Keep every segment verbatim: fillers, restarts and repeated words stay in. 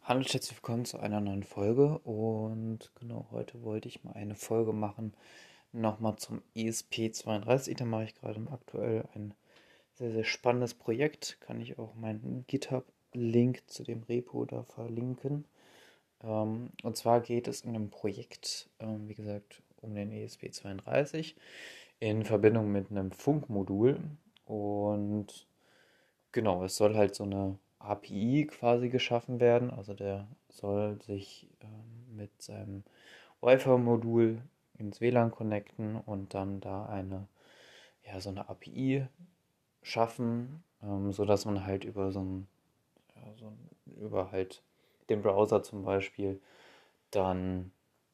Hallo und herzlich willkommen zu einer neuen Folge und genau, heute wollte ich mal eine Folge machen, nochmal zum E S P zweiunddreißig, da mache ich gerade aktuell ein sehr, sehr spannendes Projekt, kann ich auch meinen GitHub-Link zu dem Repo da verlinken. Ähm, und zwar geht es in einem Projekt, ähm, wie gesagt, um den E S P zweiunddreißig in Verbindung mit einem Funkmodul und genau, es soll halt so eine A P I quasi geschaffen werden. Also der soll sich ähm, mit seinem Wi-Fi-Modul ins W L A N connecten und dann da eine, ja, so eine A P I schaffen, ähm, sodass man halt über so ein, ja, so ein, über halt den Browser zum Beispiel dann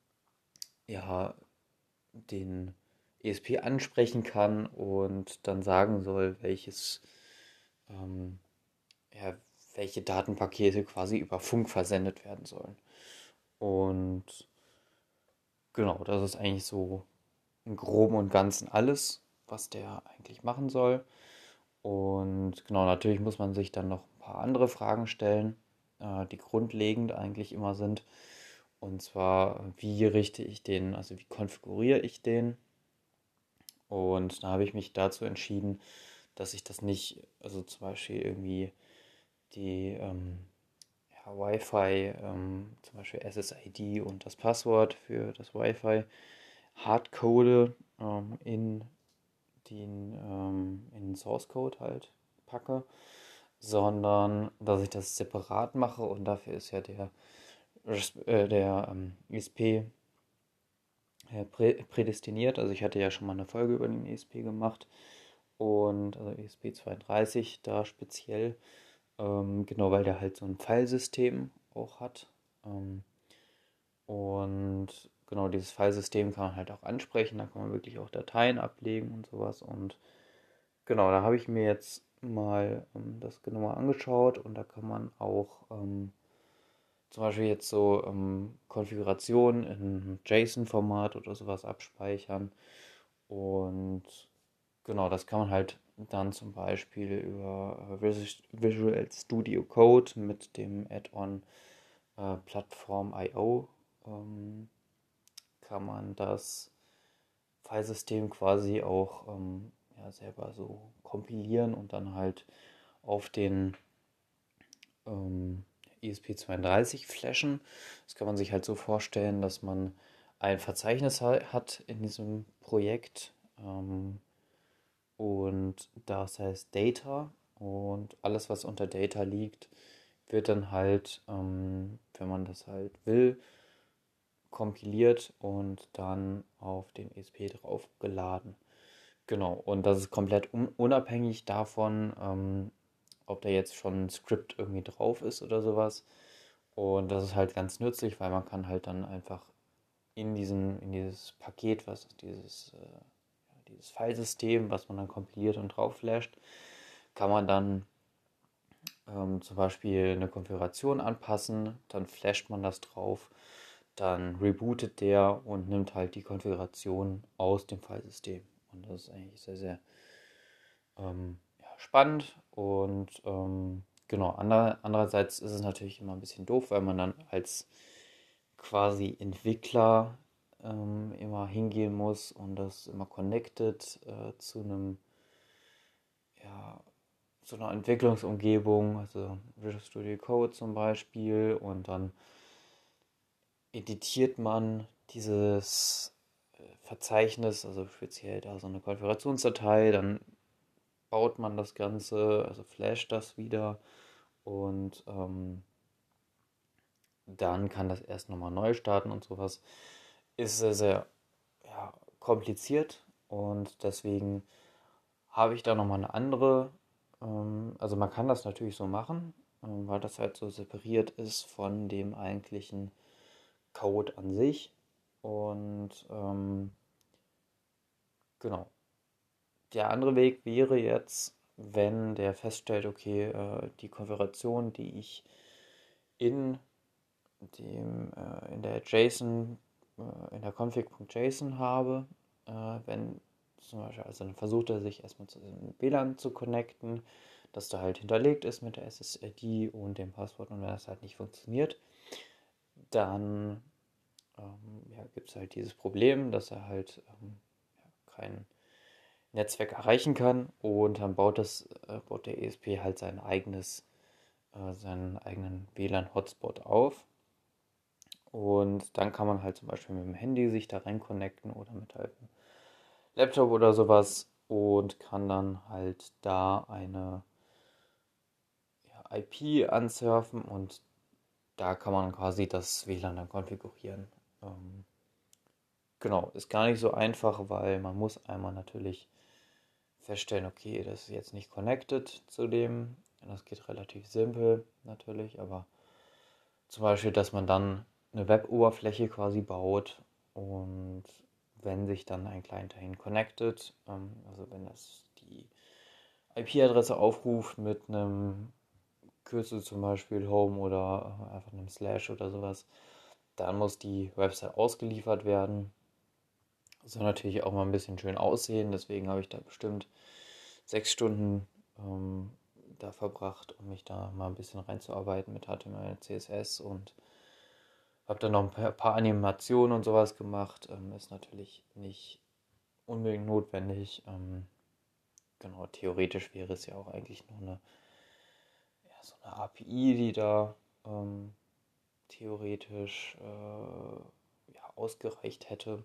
ja den E S P ansprechen kann und dann sagen soll, welches ähm, ja, welche Datenpakete quasi über Funk versendet werden sollen. Und genau, das ist eigentlich so im Groben und Ganzen alles, was der eigentlich machen soll. Und genau, natürlich muss man sich dann noch ein paar andere Fragen stellen, äh, die grundlegend eigentlich immer sind. Und zwar, wie richte ich den, also wie konfiguriere ich den? Und da habe ich mich dazu entschieden, dass ich das nicht, also zum Beispiel irgendwie die ähm, ja, Wi-Fi, ähm, zum Beispiel S S I D und das Passwort für das Wi-Fi hardcode ähm, in den, ähm, in den Source Code halt packe, sondern dass ich das separat mache und dafür ist ja der, äh, der ähm, E S P äh, prä prädestiniert. Also ich hatte ja schon mal eine Folge über den E S P gemacht und also E S P zweiunddreißig da speziell, ähm, genau weil der halt so ein Filesystem auch hat. Ähm, Und genau dieses Filesystem kann man halt auch ansprechen, da kann man wirklich auch Dateien ablegen und sowas. Und genau, da habe ich mir jetzt mal ähm, das genauer angeschaut und da kann man auch ähm, zum Beispiel jetzt so ähm, Konfigurationen in JSON-Format oder sowas abspeichern. Und genau, das kann man halt dann zum Beispiel über äh, Visual Studio Code mit dem Add-on äh, Plattform Punkt I O ähm, kann man das Filesystem quasi auch ähm, ja, selber so kompilieren und dann halt auf den ähm, E S P zweiunddreißig flashen. Das kann man sich halt so vorstellen, dass man ein Verzeichnis hat in diesem Projekt ähm, und das heißt Data und alles, was unter Data liegt, wird dann halt, ähm, wenn man das halt will, kompiliert und dann auf den E S P draufgeladen. Genau, und das ist komplett un unabhängig davon, ähm, ob da jetzt schon ein Skript irgendwie drauf ist oder sowas. Und das ist halt ganz nützlich, weil man kann halt dann einfach in diesen, in dieses Paket, was ist dieses, äh, ja, dieses Filesystem, was man dann kompiliert und drauf flasht, kann man dann ähm, zum Beispiel eine Konfiguration anpassen, dann flasht man das drauf, dann rebootet der und nimmt halt die Konfiguration aus dem Filesystem. Und das ist eigentlich sehr, sehr ähm, ja, spannend und ähm, genau, ander, andererseits ist es natürlich immer ein bisschen doof, weil man dann als quasi Entwickler ähm, immer hingehen muss und das immer connected äh, zu einem, ja, zu einer Entwicklungsumgebung, also Visual Studio Code zum Beispiel, und dann editiert man dieses äh, Verzeichnis, also speziell da so eine Konfigurationsdatei, dann baut man das Ganze, also flasht das wieder und ähm, dann kann das erst nochmal neu starten und sowas. Ist sehr, sehr ja, kompliziert und deswegen habe ich da nochmal eine andere, ähm, also man kann das natürlich so machen, ähm, weil das halt so separiert ist von dem eigentlichen Code an sich. Und ähm, genau. Der andere Weg wäre jetzt, wenn der feststellt, okay, äh, die Konfiguration, die ich in dem, äh, in der JSON, äh, in der config.json habe, äh, wenn zum Beispiel, also dann versucht er sich erstmal zu diesem W L A N zu connecten, das da halt hinterlegt ist mit der S S I D und dem Passwort. Und wenn das halt nicht funktioniert, dann ähm, ja, gibt es halt dieses Problem, dass er halt ähm, ja, kein Netzwerk erreichen kann, und dann baut, das, äh, baut der E S P halt sein eigenes, äh, seinen eigenen W L A N-Hotspot auf. Und dann kann man halt zum Beispiel mit dem Handy sich da rein connecten oder mit halt einem Laptop oder sowas und kann dann halt da eine ja, I P ansurfen, und da kann man quasi das W L A N dann konfigurieren. Ähm, genau, ist gar nicht so einfach, weil man muss einmal natürlich feststellen, okay, das ist jetzt nicht connected zu dem. Das geht relativ simpel natürlich, aber zum Beispiel, dass man dann eine Web-Oberfläche quasi baut, und wenn sich dann ein Client dahin connected, ähm, also wenn das die I P-Adresse aufruft mit einem Kürzel, zum Beispiel Home oder einfach einem Slash oder sowas, dann muss die Website ausgeliefert werden. Das soll natürlich auch mal ein bisschen schön aussehen, deswegen habe ich da bestimmt sechs Stunden ähm, da verbracht, um mich da mal ein bisschen reinzuarbeiten mit H T M L, C S S, und habe dann noch ein paar, paar Animationen und sowas gemacht. Ähm, ist natürlich nicht unbedingt notwendig. Ähm, genau, theoretisch wäre es ja auch eigentlich nur eine, ja, so eine A P I, die da ähm, theoretisch äh, ja, ausgereicht hätte.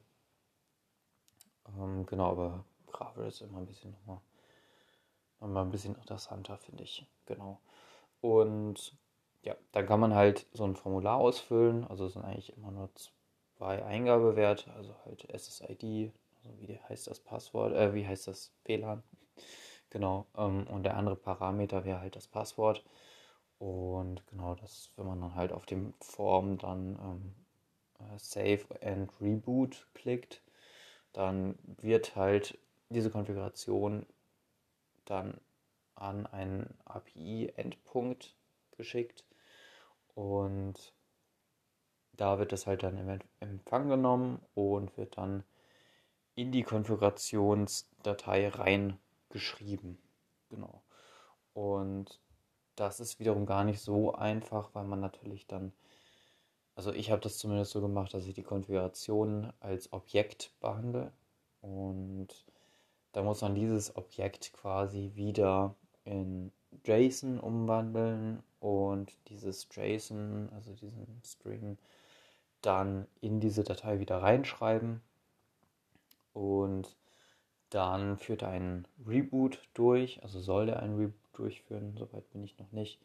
Ähm, genau, aber Gravel ist immer ein bisschen nochmal, nochmal ein bisschen interessanter, finde ich. Genau. Und ja, dann kann man halt so ein Formular ausfüllen. Also es sind eigentlich immer nur zwei Eingabewerte, also halt S S I D, also wie heißt das Passwort, äh, wie heißt das W L A N, genau. Ähm, und der andere Parameter wäre halt das Passwort. Und genau, das, wenn man dann halt auf dem Form dann ähm, äh, Save and Reboot klickt, dann wird halt diese Konfiguration dann an einen A P I-Endpunkt geschickt, und da wird das halt dann im Empfang genommen und wird dann in die Konfigurationsdatei reingeschrieben. Genau. Und das ist wiederum gar nicht so einfach, weil man natürlich dann, also ich habe das zumindest so gemacht, dass ich die Konfiguration als Objekt behandle, und da muss man dieses Objekt quasi wieder in JSON umwandeln und dieses JSON, also diesen String, dann in diese Datei wieder reinschreiben, und dann führt er einen Reboot durch, also soll er einen Reboot durchführen, soweit bin ich noch nicht.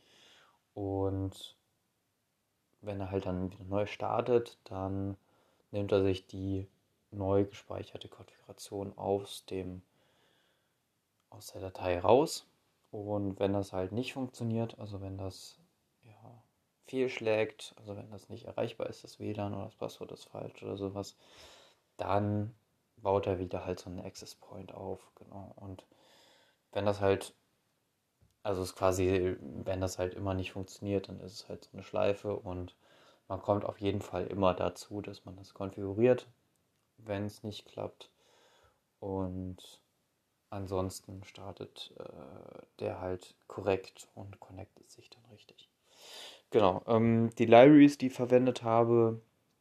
Und wenn er halt dann wieder neu startet, dann nimmt er sich die neu gespeicherte Konfiguration aus dem aus der Datei raus. Und wenn das halt nicht funktioniert, also wenn das ja, fehlschlägt, also wenn das nicht erreichbar ist, das W L A N, oder das Passwort ist falsch oder sowas, dann baut er wieder halt so einen Access Point auf. Genau. Und wenn das halt, also es ist quasi, wenn das halt immer nicht funktioniert, dann ist es halt so eine Schleife, und man kommt auf jeden Fall immer dazu, dass man das konfiguriert, wenn es nicht klappt. Und ansonsten startet äh, der halt korrekt und connectet sich dann richtig. Genau, ähm, die Libraries, die ich verwendet habe,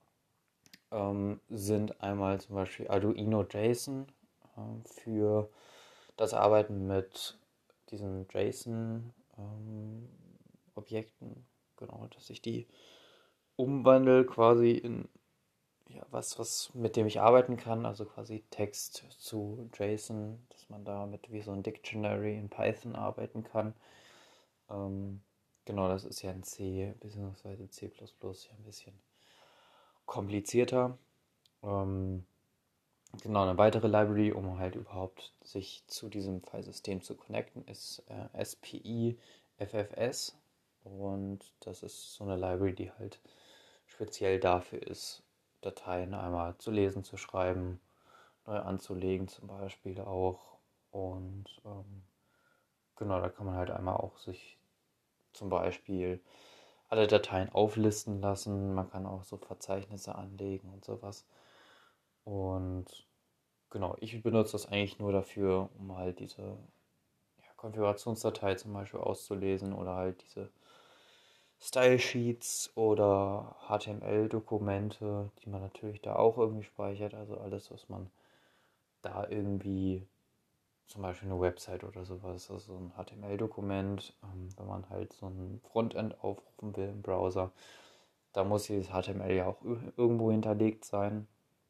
ähm, sind einmal zum Beispiel Arduino JSON ähm, für das Arbeiten mit diesen JSON-Objekten. Genau, dass ich die umwandle quasi in ja, was, was, mit dem ich arbeiten kann, also quasi Text zu JSON, dass man damit wie so ein Dictionary in Python arbeiten kann. Ähm, genau, das ist ja in C bzw. C plus plus ja ein bisschen komplizierter. Ähm, genau, eine weitere Library, um halt überhaupt sich zu diesem Filesystem zu connecten, ist äh, S P I F F S, und das ist so eine Library, die halt speziell dafür ist, Dateien einmal zu lesen, zu schreiben, neu anzulegen zum Beispiel auch. Und ähm, genau, da kann man halt einmal auch sich zum Beispiel alle Dateien auflisten lassen. Man kann auch so Verzeichnisse anlegen und sowas. Und genau, ich benutze das eigentlich nur dafür, um halt diese ja, Konfigurationsdatei zum Beispiel auszulesen oder halt diese Style Sheets oder H T M L-Dokumente, die man natürlich da auch irgendwie speichert. Also alles, was man da irgendwie, zum Beispiel eine Website oder sowas, also so ein H T M L-Dokument, ähm, wenn man halt so ein Frontend aufrufen will im Browser, da muss dieses H T M L ja auch irgendwo hinterlegt sein.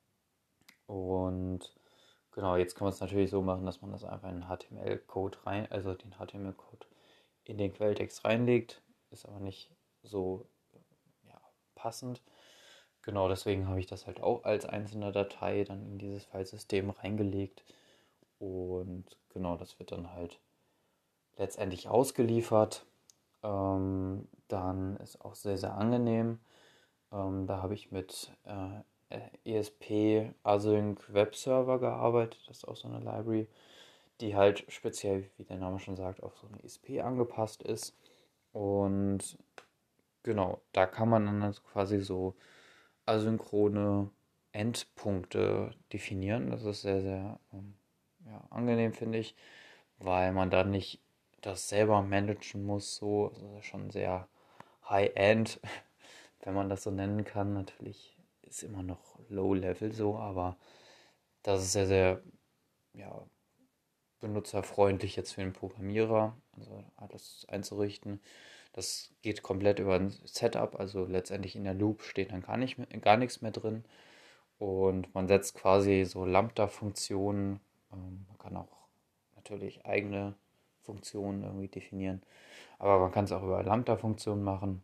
Und genau, jetzt kann man es natürlich so machen, dass man das einfach in den H T M L-Code rein, also den H T M L-Code in den Quelltext reinlegt. Ist aber nicht so ja, passend. Genau, deswegen habe ich das halt auch als einzelne Datei dann in dieses Filesystem reingelegt. Und genau, das wird dann halt letztendlich ausgeliefert. Ähm, dann ist auch sehr, sehr angenehm. Ähm, da habe ich mit äh, E S P Async Web Server gearbeitet. Das ist auch so eine Library, die halt speziell, wie der Name schon sagt, auf so eine E S P angepasst ist. Und genau, da kann man dann also quasi so asynchrone Endpunkte definieren. Das ist sehr, sehr ähm, ja, angenehm, finde ich, weil man dann nicht das selber managen muss. So, also das ist schon sehr High-End, wenn man das so nennen kann. Natürlich ist immer noch Low-Level so, aber das ist sehr, sehr ja, benutzerfreundlich jetzt für den Programmierer, also alles einzurichten. Das geht komplett über ein Setup, also letztendlich in der Loop steht dann gar, nicht mehr, gar nichts mehr drin. Und man setzt quasi so Lambda-Funktionen. Ähm, man kann auch natürlich eigene Funktionen irgendwie definieren. Aber man kann es auch über Lambda-Funktionen machen.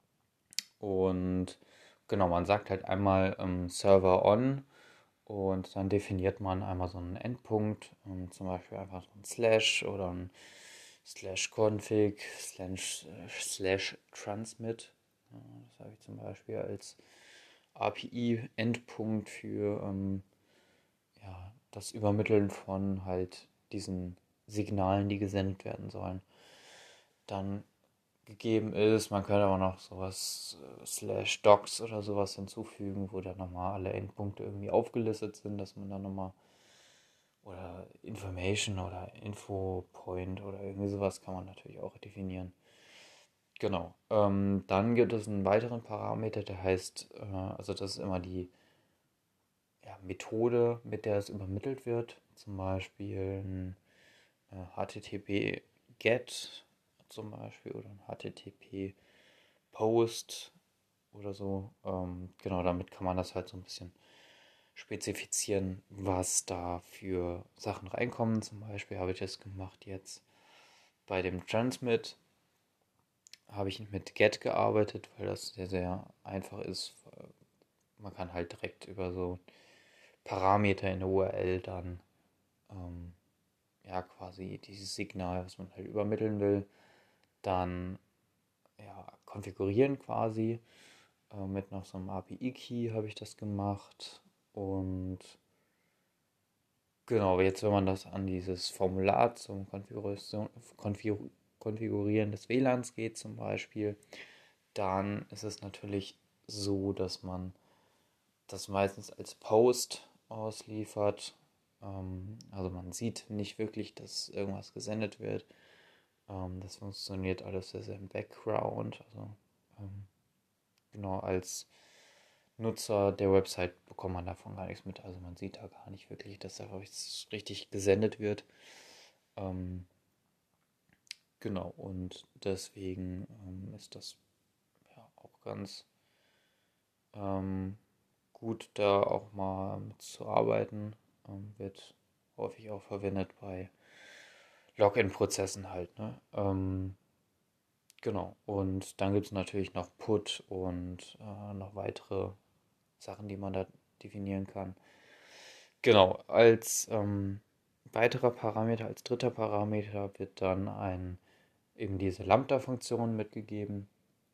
Und genau, man sagt halt einmal ähm, Server on und dann definiert man einmal so einen Endpunkt, ähm, zum Beispiel einfach so ein Slash oder ein Slash Config, slash, äh, slash Transmit. Ja, das habe ich zum Beispiel als A P I-Endpunkt für ähm, ja, das Übermitteln von halt diesen Signalen, die gesendet werden sollen, dann gegeben ist. Man könnte aber noch sowas äh, slash docs oder sowas hinzufügen, wo dann nochmal alle Endpunkte irgendwie aufgelistet sind, dass man dann nochmal oder Information oder Info Point oder irgendwie sowas kann man natürlich auch definieren. Genau. Ähm, dann gibt es einen weiteren Parameter, der heißt, äh, also das ist immer die ja, Methode, mit der es übermittelt wird. Zum Beispiel ein äh, H T T P Get zum Beispiel oder ein H T T P Post oder so. Ähm, genau, damit kann man das halt so ein bisschen spezifizieren, was da für Sachen reinkommen. Zum Beispiel habe ich das gemacht jetzt bei dem Transmit. Habe ich mit Get gearbeitet, weil das sehr, sehr einfach ist. Man kann halt direkt über so Parameter in der U R L dann ähm, ja quasi dieses Signal, was man halt übermitteln will, dann ja, konfigurieren quasi. Äh, mit noch so einem A P I-Key habe ich das gemacht. Und genau, jetzt wenn man das an dieses Formular zum Konfiguration, Konfigur, Konfigurieren des W L A Ns geht zum Beispiel, dann ist es natürlich so, dass man das meistens als Post ausliefert. Ähm, also man sieht nicht wirklich, dass irgendwas gesendet wird. Ähm, das funktioniert alles sehr, sehr im Background. Also ähm, genau als Nutzer der Website bekommt man davon gar nichts mit. Also man sieht da gar nicht wirklich, dass da richtig gesendet wird. Ähm, genau, und deswegen ähm, ist das ja auch ganz ähm, gut, da auch mal mitzuarbeiten. Ähm, wird häufig auch verwendet bei Login-Prozessen halt. Ne? Ähm, genau, und dann gibt es natürlich noch Put und äh, noch weitere Sachen, die man da definieren kann. Genau, als ähm, weiterer Parameter, als dritter Parameter wird dann ein, eben diese Lambda-Funktion mitgegeben.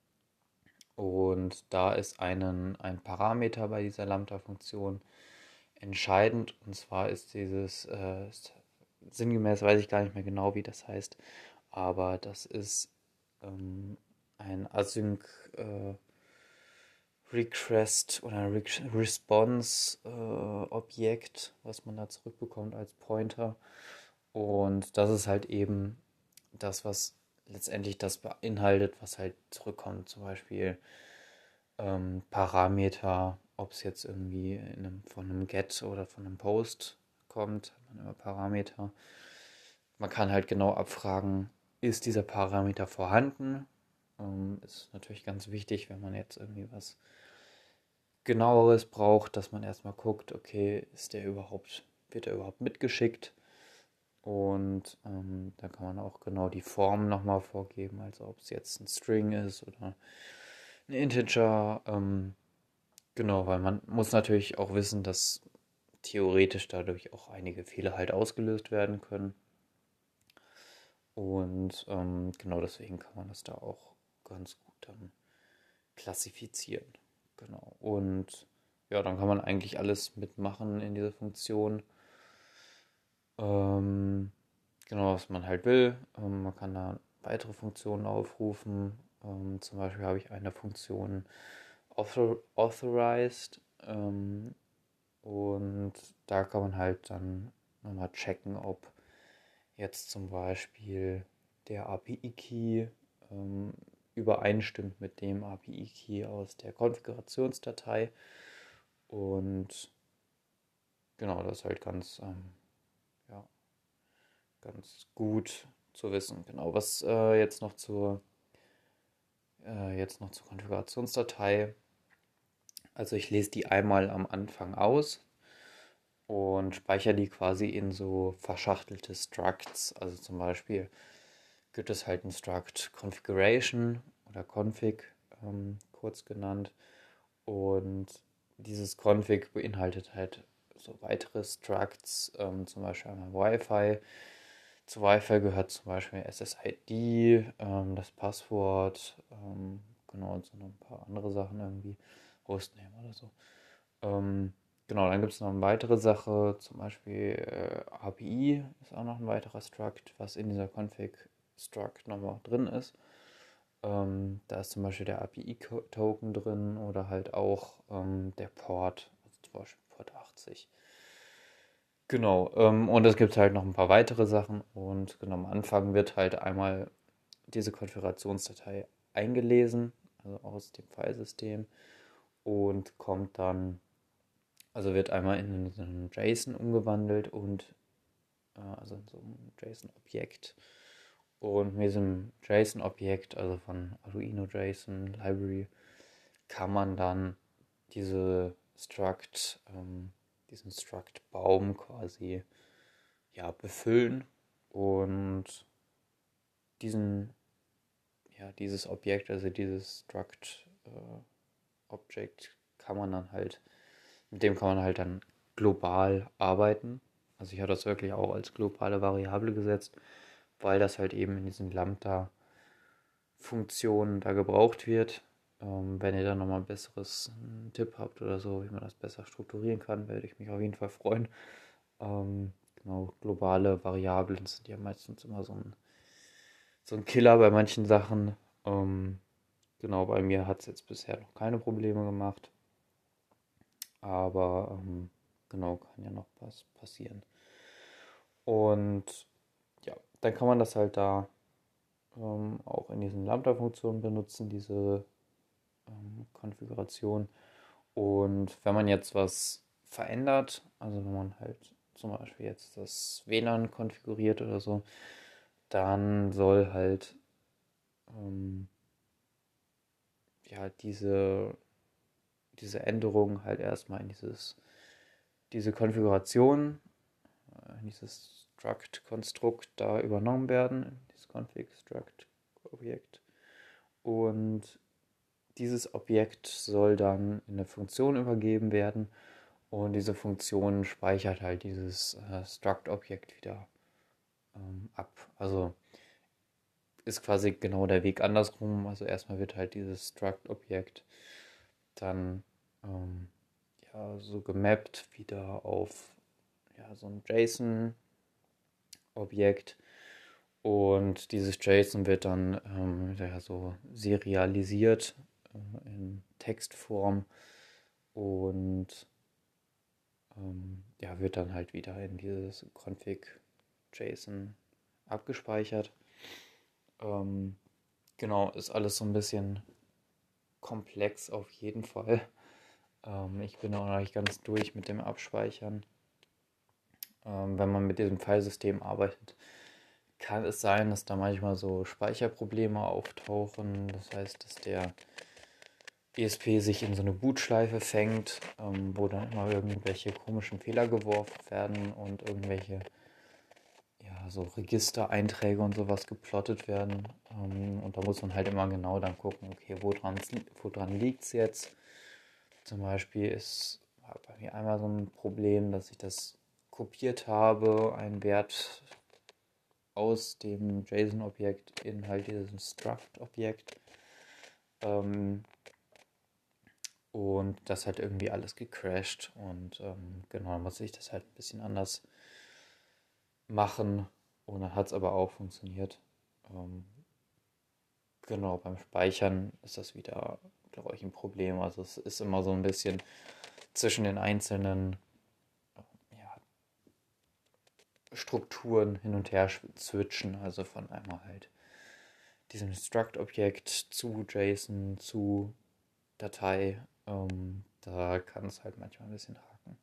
Und da ist einen, ein Parameter bei dieser Lambda-Funktion entscheidend. Und zwar ist dieses, äh, ist, sinngemäß weiß ich gar nicht mehr genau, wie das heißt, aber das ist ähm, ein Async äh, Request oder ein Re Response äh, Objekt, was man da zurückbekommt als Pointer. Und das ist halt eben das, was letztendlich das beinhaltet, was halt zurückkommt. Zum Beispiel ähm, Parameter, ob es jetzt irgendwie in einem, von einem Get oder von einem Post kommt, hat man immer Parameter. Man kann halt genau abfragen, ist dieser Parameter vorhanden? Ähm, ist natürlich ganz wichtig, wenn man jetzt irgendwie was genaueres braucht, dass man erstmal guckt, okay, ist der überhaupt, wird er überhaupt mitgeschickt? Und ähm, da kann man auch genau die Form nochmal vorgeben, also ob es jetzt ein String ist oder ein Integer. Ähm, genau, weil man muss natürlich auch wissen, dass theoretisch dadurch auch einige Fehler halt ausgelöst werden können. Und ähm, genau deswegen kann man das da auch ganz gut dann klassifizieren. Genau. Und ja, dann kann man eigentlich alles mitmachen in dieser Funktion. Ähm, genau, was man halt will. Ähm, man kann da weitere Funktionen aufrufen. Ähm, zum Beispiel habe ich eine Funktion author authorized. Ähm, und da kann man halt dann nochmal checken, ob jetzt zum Beispiel der A P I-Key ähm, übereinstimmt mit dem A P I-Key aus der Konfigurationsdatei. Und genau, das ist halt ganz, ähm, ja, ganz gut zu wissen. Genau, was äh, jetzt noch zur äh, jetzt noch zur Konfigurationsdatei. Also ich lese die einmal am Anfang aus und speichere die quasi in so verschachtelte Structs. Also zum Beispiel gibt es halt ein Struct Configuration oder Config, ähm, kurz genannt. Und dieses Config beinhaltet halt so weitere Structs, ähm, zum Beispiel einmal Wi-Fi. Zu Wi-Fi gehört zum Beispiel S S I D, ähm, das Passwort, ähm, genau, und so noch ein paar andere Sachen irgendwie, Hostname oder so. Ähm, genau, dann gibt es noch eine weitere Sache, zum Beispiel äh, A P I ist auch noch ein weiterer Struct, was in dieser Config-Struct nochmal drin ist. Ähm, da ist zum Beispiel der A P I-Token drin oder halt auch ähm, der Port, also zum Beispiel Port achtzig. Genau, ähm, und es gibt halt noch ein paar weitere Sachen und genau am Anfang wird halt einmal diese Konfigurationsdatei eingelesen, also aus dem Filesystem und kommt dann, also wird einmal in so einen JSON umgewandelt und äh, also in so ein JSON-Objekt. Und mit diesem JSON-Objekt, also von Arduino JSON Library, kann man dann diese Struct, ähm, diesen Struct-Baum quasi ja, befüllen und diesen, ja, dieses Objekt, also dieses Struct äh, Object kann man dann halt, mit dem kann man halt dann global arbeiten. Also ich habe das wirklich auch als globale Variable gesetzt, weil das halt eben in diesen Lambda-Funktionen da gebraucht wird. Ähm, wenn ihr da nochmal ein besseres einen Tipp habt oder so, wie man das besser strukturieren kann, werde ich mich auf jeden Fall freuen. Ähm, genau, globale Variablen sind ja meistens immer so ein, so ein Killer bei manchen Sachen. Ähm, genau, bei mir hat es jetzt bisher noch keine Probleme gemacht. Aber ähm, genau, kann ja noch was passieren. Und ja, dann kann man das halt da ähm, auch in diesen Lambda-Funktionen benutzen, diese ähm, Konfiguration. Und wenn man jetzt was verändert, also wenn man halt zum Beispiel jetzt das W L A N konfiguriert oder so, dann soll halt ähm, ja diese, diese Änderung halt erstmal in dieses, diese Konfiguration, äh, in dieses Struct-Konstrukt da übernommen werden, dieses Config-Struct-Objekt. Und dieses Objekt soll dann in eine Funktion übergeben werden und diese Funktion speichert halt dieses äh, Struct-Objekt wieder ähm, ab. Also ist quasi genau der Weg andersrum. Also erstmal wird halt dieses Struct-Objekt dann ähm, ja, so gemappt wieder auf ja, so ein JSON-Objekt. Und dieses JSON wird dann ähm, ja, so serialisiert äh, in Textform und ähm, ja, wird dann halt wieder in dieses Config-JSON abgespeichert. Ähm, genau, ist alles so ein bisschen komplex auf jeden Fall. Ähm, ich bin auch noch nicht ganz durch mit dem Abspeichern. Ähm, wenn man mit diesem Filesystem arbeitet, kann es sein, dass da manchmal so Speicherprobleme auftauchen. Das heißt, dass der E S P sich in so eine Bootschleife fängt, ähm, wo dann immer irgendwelche komischen Fehler geworfen werden und irgendwelche ja, so Registereinträge und sowas geplottet werden. Ähm, und da muss man halt immer genau dann gucken, okay, woran woran liegt es jetzt? Zum Beispiel ist war bei mir einmal so ein Problem, dass ich das kopiert habe, einen Wert aus dem JSON-Objekt in halt dieses Struct-Objekt. Ähm, und das hat irgendwie alles gecrashed. Und ähm, genau, muss ich das halt ein bisschen anders machen. Und dann hat es aber auch funktioniert. Ähm, genau, beim Speichern ist das wieder, glaube ich, ein Problem. Also es ist immer so ein bisschen zwischen den einzelnen ja, Strukturen hin und her switchen. Also von einmal halt diesem Struct-Objekt zu JSON, zu Datei. Ähm, da kann es halt manchmal ein bisschen haken.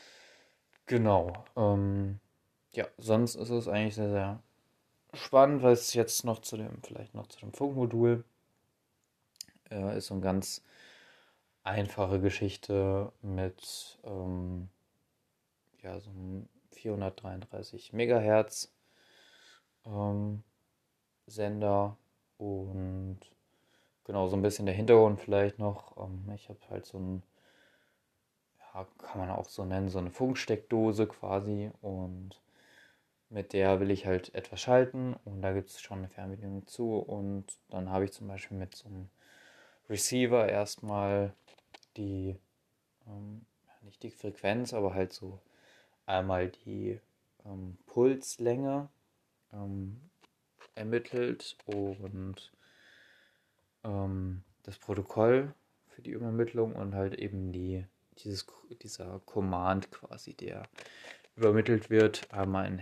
Genau. Ähm, ja, sonst ist es eigentlich sehr, sehr spannend, weil es jetzt noch zu dem, vielleicht noch zu dem Funkmodul äh, ist so eine ganz einfache Geschichte mit ähm, ja, so einem vierhundertdreiunddreißig Megahertz ähm, Sender und genau so ein bisschen der Hintergrund vielleicht noch. Ähm, ich habe halt so ein, ja, kann man auch so nennen, so eine Funksteckdose quasi und mit der will ich halt etwas schalten und da gibt es schon eine Fernbedienung zu und dann habe ich zum Beispiel mit so einem Receiver erstmal die, ähm, nicht die Frequenz, aber halt so einmal die ähm, Pulslänge ähm, ermittelt und ähm, das Protokoll für die Übermittlung und halt eben die, dieses, dieser Command quasi, der übermittelt wird, einmal in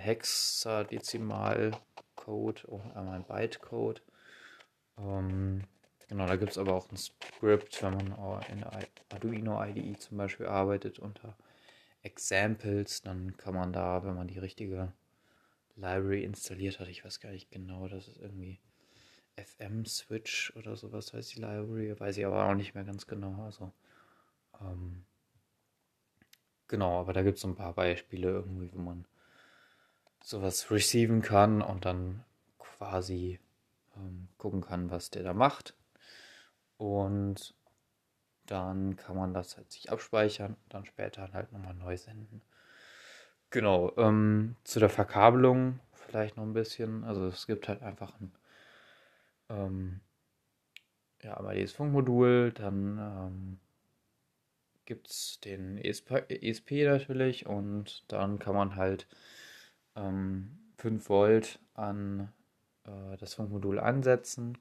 Hexadezimalcode und einmal in Bytecode. Ähm, genau, da gibt es aber auch ein Script, wenn man in der Arduino I D E zum Beispiel arbeitet unter Examples, dann kann man da, wenn man die richtige Library installiert hat, ich weiß gar nicht genau, das ist irgendwie F M-Switch oder sowas heißt die Library, weiß ich aber auch nicht mehr ganz genau. Also, ähm, genau, aber da gibt es so ein paar Beispiele irgendwie, wo man sowas receiven kann und dann quasi ähm, gucken kann, was der da macht. Und dann kann man das halt sich abspeichern und dann später halt nochmal neu senden. Genau, ähm, zu der Verkabelung vielleicht noch ein bisschen. Also es gibt halt einfach ein, ähm, ja, einmal dieses Funkmodul, dann ähm, gibt es den E S P, E S P natürlich und dann kann man halt ähm, fünf Volt an äh, das Funkmodul ansetzen.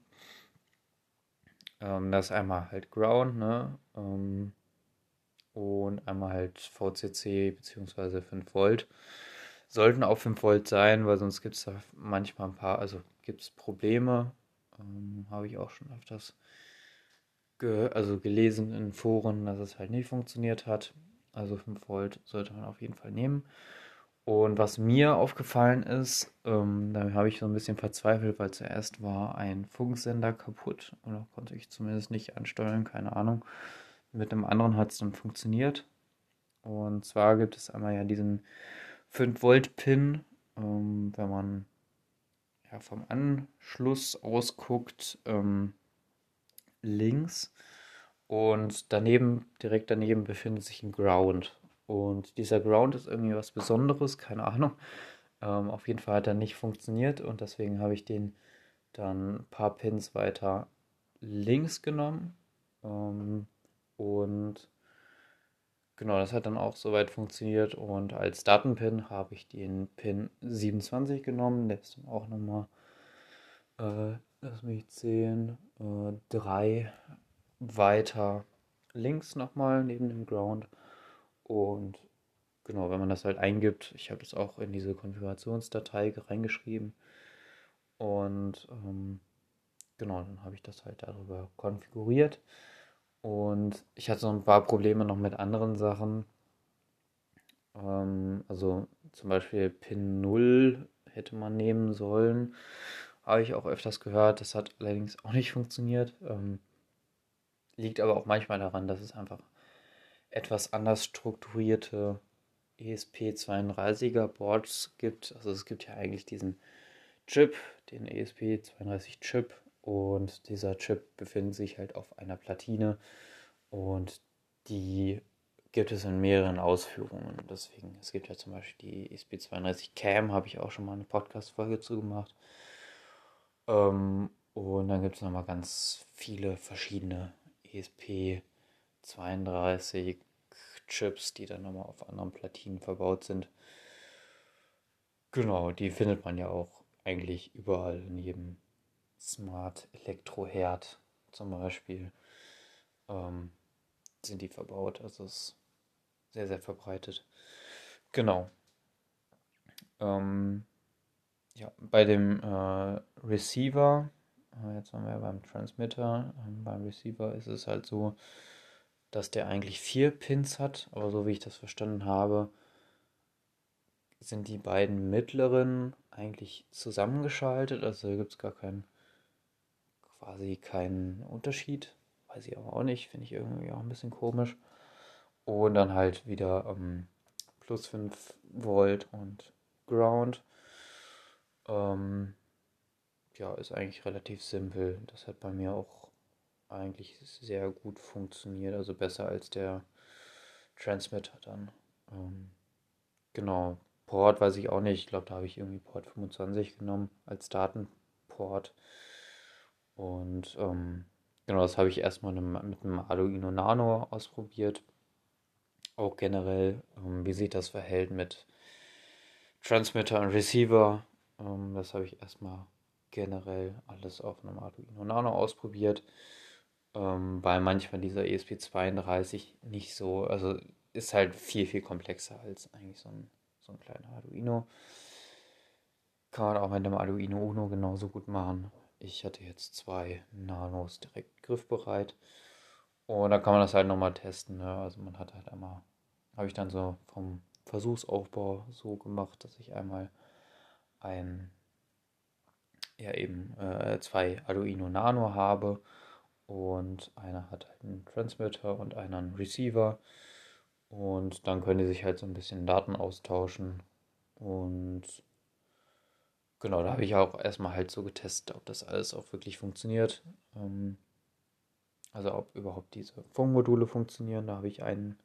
Ähm, das ist einmal halt Ground, ne? Ähm, und einmal halt V C C bzw. fünf Volt. Sollten auch fünf Volt sein, weil sonst gibt es da manchmal ein paar, also gibt es Probleme. Ähm, habe ich auch schon öfters ge also gelesen in Foren, dass es halt nicht funktioniert hat. Also fünf Volt sollte man auf jeden Fall nehmen. Und was mir aufgefallen ist, ähm, da habe ich so ein bisschen verzweifelt, weil zuerst war ein Funksender kaputt oder konnte ich zumindest nicht ansteuern, keine Ahnung. Mit einem anderen hat es dann funktioniert. Und zwar gibt es einmal ja diesen fünf Volt Pin, ähm, wenn man ja, vom Anschluss ausguckt, ähm, links. Und daneben, direkt daneben befindet sich ein Ground. Und dieser Ground ist irgendwie was Besonderes, keine Ahnung. Ähm, auf jeden Fall hat er nicht funktioniert und deswegen habe ich den dann ein paar Pins weiter links genommen. Ähm, und genau, das hat dann auch soweit funktioniert. Und als Datenpin habe ich den Pin siebenundzwanzig genommen. Der ist dann auch nochmal, äh, lass mich zählen, äh, drei weiter links nochmal neben dem Ground. Und genau, wenn man das halt eingibt, ich habe das auch in diese Konfigurationsdatei reingeschrieben. Und ähm, genau, dann habe ich das halt darüber konfiguriert. Und ich hatte so ein paar Probleme noch mit anderen Sachen. Ähm, also zum Beispiel Pin null hätte man nehmen sollen. Habe ich auch öfters gehört. Das hat allerdings auch nicht funktioniert. Ähm, liegt aber auch manchmal daran, dass es einfach etwas anders strukturierte E S P zweiunddreißiger Boards gibt. Also es gibt ja eigentlich diesen Chip, den E S P zweiunddreißig Chip. Und dieser Chip befindet sich halt auf einer Platine. Und die gibt es in mehreren Ausführungen. Deswegen, es gibt ja zum Beispiel die E S P zweiunddreißig Cam, habe ich auch schon mal eine Podcast-Folge zu gemacht. Ähm, und dann gibt es nochmal ganz viele verschiedene E S P zweiunddreißig Chips, die dann nochmal auf anderen Platinen verbaut sind. Genau, die findet man ja auch eigentlich überall in jedem Smart Elektroherd zum Beispiel. Ähm, sind die verbaut. Also es ist sehr, sehr verbreitet. Genau. Ähm, ja, bei dem äh, Receiver, äh, jetzt waren wir ja beim Transmitter, ähm, beim Receiver ist es halt so, dass der eigentlich vier Pins hat, aber so wie ich das verstanden habe, sind die beiden mittleren eigentlich zusammengeschaltet, also gibt es gar keinen, quasi keinen Unterschied. Weiß ich aber auch nicht, finde ich irgendwie auch ein bisschen komisch. Und dann halt wieder ähm, plus fünf Volt und Ground. Ähm, ja, ist eigentlich relativ simpel. Das hat bei mir auch eigentlich sehr gut funktioniert. Also besser als der Transmitter dann. Ähm, genau. Port weiß ich auch nicht. Ich glaube, da habe ich irgendwie Port fünfundzwanzig genommen als Datenport. Und ähm, genau, das habe ich erstmal mit einem Arduino Nano ausprobiert. Auch generell, ähm, wie sich das verhält mit Transmitter und Receiver. Ähm, das habe ich erstmal generell alles auf einem Arduino Nano ausprobiert, ähm, weil manchmal dieser E S P zweiunddreißig nicht so, also ist halt viel, viel komplexer als eigentlich so ein, so ein kleiner Arduino. Kann man auch mit dem Arduino Uno genauso gut machen. Ich hatte jetzt zwei Nanos direkt griffbereit. Und dann kann man das halt nochmal testen. Ne? Also man hat halt einmal, habe ich dann so vom Versuchsaufbau so gemacht, dass ich einmal ein, ja eben äh, zwei Arduino Nano habe und einer hat halt einen Transmitter und einer einen Receiver und dann können die sich halt so ein bisschen Daten austauschen und genau, da habe ich auch erstmal halt so getestet, ob das alles auch wirklich funktioniert. Ähm, also ob überhaupt diese Funkmodule funktionieren. Da habe ich einen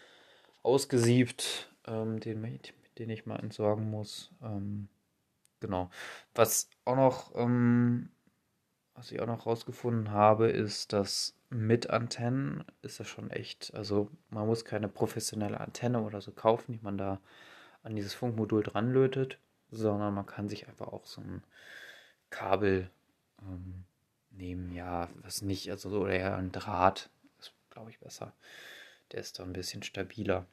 ausgesiebt, ähm, den, den ich mal entsorgen muss. Ähm, genau. Was auch noch, ähm, was ich auch noch rausgefunden habe, ist, dass mit Antennen ist das schon echt, also man muss keine professionelle Antenne oder so kaufen, die man da an dieses Funkmodul dran lötet, sondern man kann sich einfach auch so ein Kabel ähm, nehmen, ja, was nicht, also so, oder eher ein Draht, ist glaube ich besser. Der ist da ein bisschen stabiler.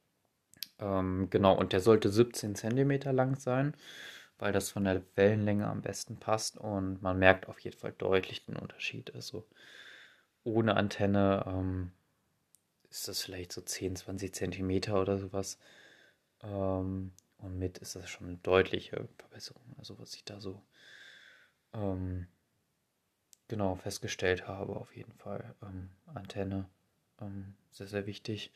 Ähm, genau, und der sollte siebzehn Zentimeter lang sein, weil das von der Wellenlänge am besten passt und man merkt auf jeden Fall deutlich den Unterschied. Also ohne Antenne ähm, ist das vielleicht so zehn, zwanzig Zentimeter oder sowas. Ähm, und mit ist das schon eine deutliche Verbesserung. Also was ich da so ähm, genau festgestellt habe, auf jeden Fall. Ähm, Antenne, ähm, sehr, sehr wichtig.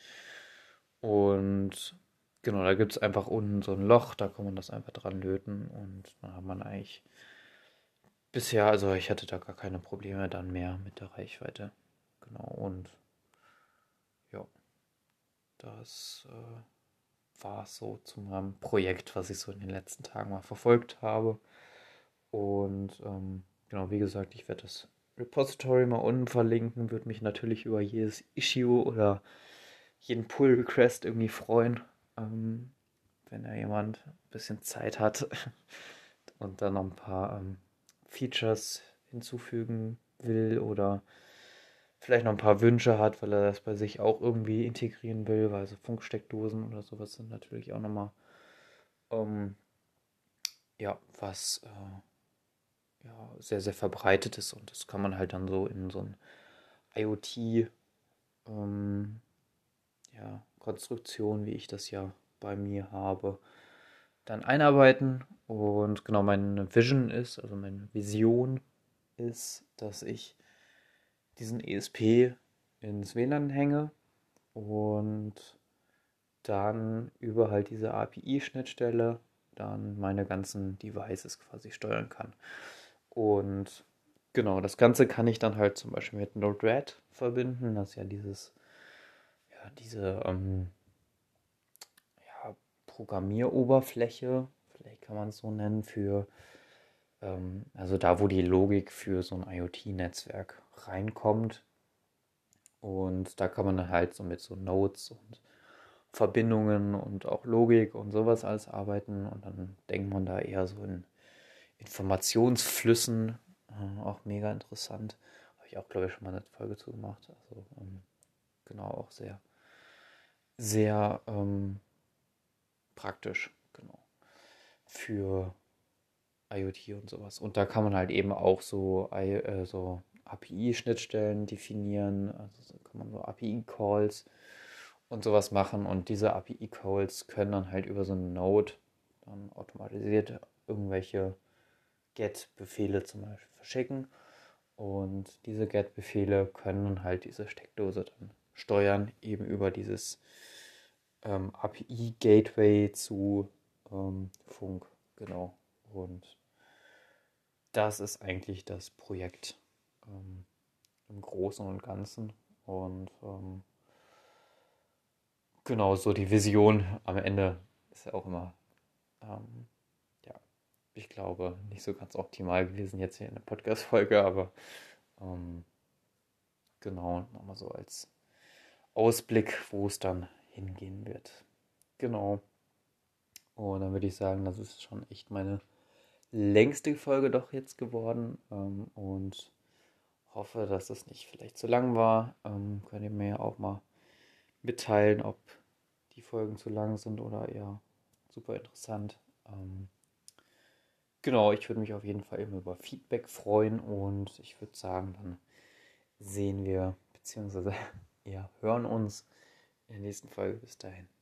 Und genau, da gibt es einfach unten so ein Loch, da kann man das einfach dran löten und dann hat man eigentlich bisher, also ich hatte da gar keine Probleme dann mehr mit der Reichweite. Genau, und ja, das äh, war es so zu meinem Projekt, was ich so in den letzten Tagen mal verfolgt habe. Und ähm, genau, wie gesagt, ich werde das Repository mal unten verlinken, würde mich natürlich über jedes Issue oder jeden Pull-Request irgendwie freuen, ähm, wenn da jemand ein bisschen Zeit hat und dann noch ein paar ähm, Features hinzufügen will oder vielleicht noch ein paar Wünsche hat, weil er das bei sich auch irgendwie integrieren will, weil so Funksteckdosen oder sowas sind natürlich auch nochmal ähm, ja, was, äh, ja, sehr, sehr verbreitet ist und das kann man halt dann so in so ein IoT, ähm, ja, Konstruktion, wie ich das ja bei mir habe, dann einarbeiten. Und genau meine Vision ist, also meine Vision ist, dass ich diesen E S P ins W L A N hänge und dann über halt diese A P I-Schnittstelle dann meine ganzen Devices quasi steuern kann. Und genau, das Ganze kann ich dann halt zum Beispiel mit Node-RED verbinden. Das ist ja dieses, ja, diese ähm, ja, Programmieroberfläche, vielleicht kann man es so nennen, für, ähm, also da, wo die Logik für so ein IoT-Netzwerk reinkommt. Und da kann man dann halt so mit so Nodes und Verbindungen und auch Logik und sowas alles arbeiten. Und dann denkt man da eher so in Informationsflüssen, äh, auch mega interessant. Habe ich auch, glaube ich, schon mal eine Folge zu gemacht. Also ähm, genau, auch sehr, sehr ähm, praktisch, genau, für IoT und sowas. Und da kann man halt eben auch so, I, äh, so A P I-Schnittstellen definieren, also so kann man so A P I-Calls und sowas machen. Und diese A P I-Calls können dann halt über so einen Node dann automatisiert irgendwelche Get-Befehle zum Beispiel verschicken. Und diese Get-Befehle können dann halt diese Steckdose dann steuern, eben über dieses ähm, A P I-Gateway zu ähm, Funk. Genau. Und das ist eigentlich das Projekt ähm, im Großen und Ganzen. Und ähm, genau, so die Vision am Ende ist ja auch immer, ähm, ja, ich glaube, nicht so ganz optimal gewesen jetzt hier in der Podcast-Folge, aber ähm, genau, nochmal so als Ausblick, wo es dann hingehen wird. Genau. Und dann würde ich sagen, das ist schon echt meine längste Folge doch jetzt geworden. Ähm, und hoffe, dass es nicht vielleicht zu lang war. Ähm, könnt ihr mir ja auch mal mitteilen, ob die Folgen zu lang sind oder eher super interessant. Ähm, genau, ich würde mich auf jeden Fall immer über Feedback freuen und ich würde sagen, dann sehen wir bzw. ja, hören uns in der nächsten Folge. Bis dahin.